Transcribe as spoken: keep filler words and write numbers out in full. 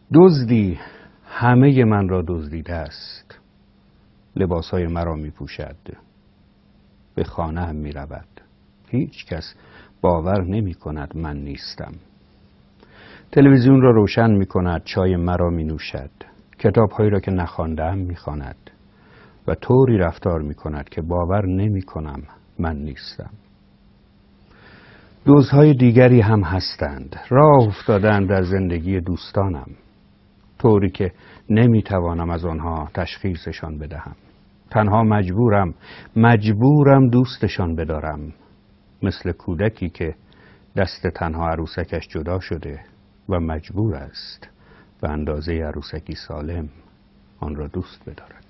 دزدی همه من را دزدیده است، لباسهای مرا می پوشد، به خانه هم می رود. هیچ کس باور نمی کند من نیستم. تلویزیون را روشن می کند، چای مرا می نوشد، کتابهایی را که نخواندم می خواند و طوری رفتار می کند که باور نمی کنم من نیستم. دزدهای دیگری هم هستند، راه افتادند در زندگی دوستانم، طوری که نمی توانم از آنها تشخیصشان بدهم. تنها مجبورم مجبورم دوستشان بدارم، مثل کودکی که دست تنها عروسکش جدا شده و مجبور است به اندازه عروسکی سالم آن را دوست بدارد.